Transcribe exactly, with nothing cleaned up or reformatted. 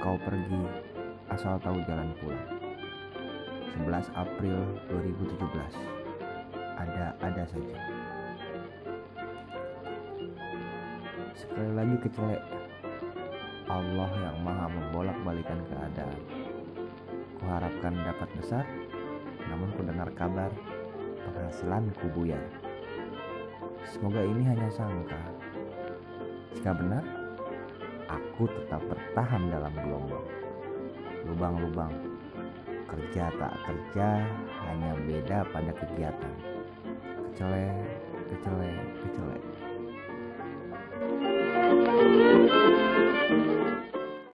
Engkau pergi, asal tahu jalan pulang. sebelas April dua ribu tujuh belas. Ada-ada saja. Sekali lagi kecelek. Allah yang maha membolak-balikan keadaan. Kuharapkan dapat besar, namun kudengar kabar penghasilanku buyar. Semoga ini hanya sangka. Jika benar, aku tetap bertahan dalam gelombang. Lubang-lubang, kerja tak kerja, hanya beda pada kegiatan. Kecelek, kecelek, kecelek.